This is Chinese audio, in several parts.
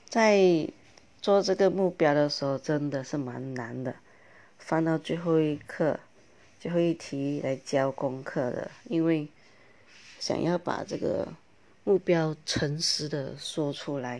在做这个目标的时候真的是蛮难的，放到最后一刻最后一题来交功课的，因为想要把这个目标诚实的说出来，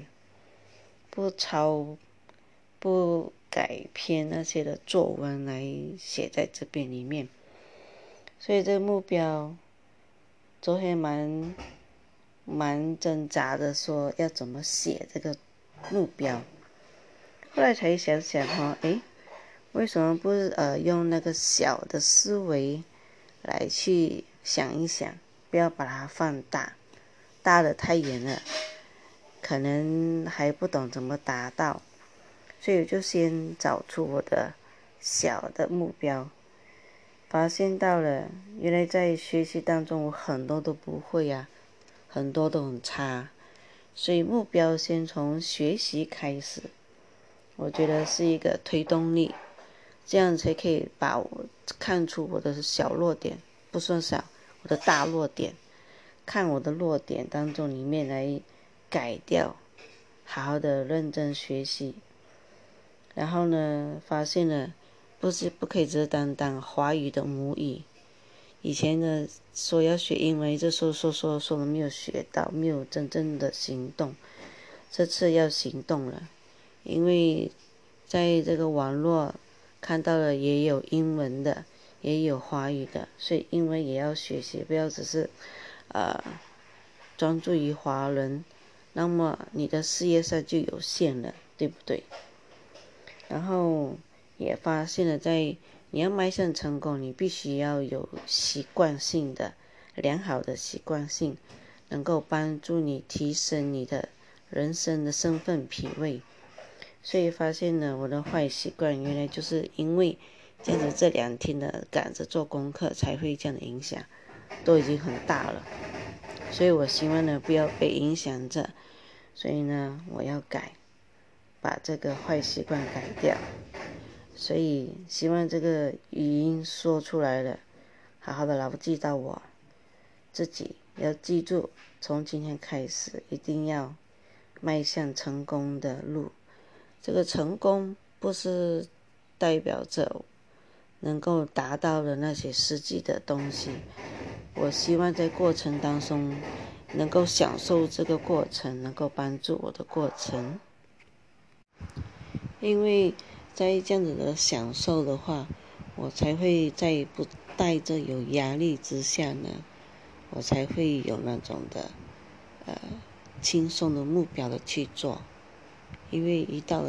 不改偏那些的作文来写在这边里面，所以这个目标昨天蛮挣扎的，说要怎么写这个目标。后来才想想为什么不用那个小的思维来去想一想，不要把它放大，大的太远了，可能还不懂怎么达到，所以我就先找出我的小的目标，发现到了原来在学习当中我很多都不会啊，很多都很差，所以目标先从学习开始，我觉得是一个推动力，这样才可以把我看出我的小弱点，不算小，我的大弱点，看我的弱点当中里面来改掉，好好的认真学习。然后呢，发现了不可以只是单单华语的母语，以前呢说要学英文，这说了没有学到，没有真正的行动，这次要行动了，因为在这个网络看到了也有英文的，也有华语的，所以英文也要学习，不要只是专注于华人，那么你的事业上就有限了，对不对？然后也发现了你要迈向成功，你必须要有良好的习惯性，能够帮助你提升你的人生的身份品味。所以发现呢，我的坏习惯原来就是因为这样子，这2天的赶着做功课才会这样的影响，都已经很大了。所以我希望呢不要被影响着，所以呢我要把这个坏习惯改掉。所以希望这个语音说出来了，好好的牢记到我自己，要记住，从今天开始一定要迈向成功的路。这个成功不是代表着能够达到的那些实际的东西，我希望在过程当中能够享受这个过程，能够帮助我的过程。因为在这样子的享受的话，我才会在不带着有压力之下呢，我才会有那种的轻松的目标的去做。因为一到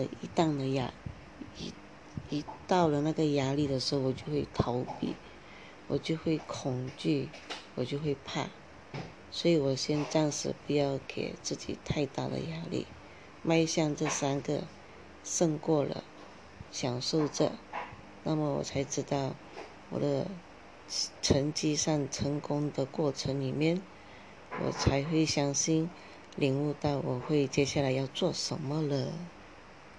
了那个压力的时候，我就会逃避，我就会恐惧，我就会怕，所以我先暂时不要给自己太大的压力，迈向这3个胜过了，享受着，那么我才知道我的成绩上成功的过程里面，我才会相信领悟到我会接下来要做什么了。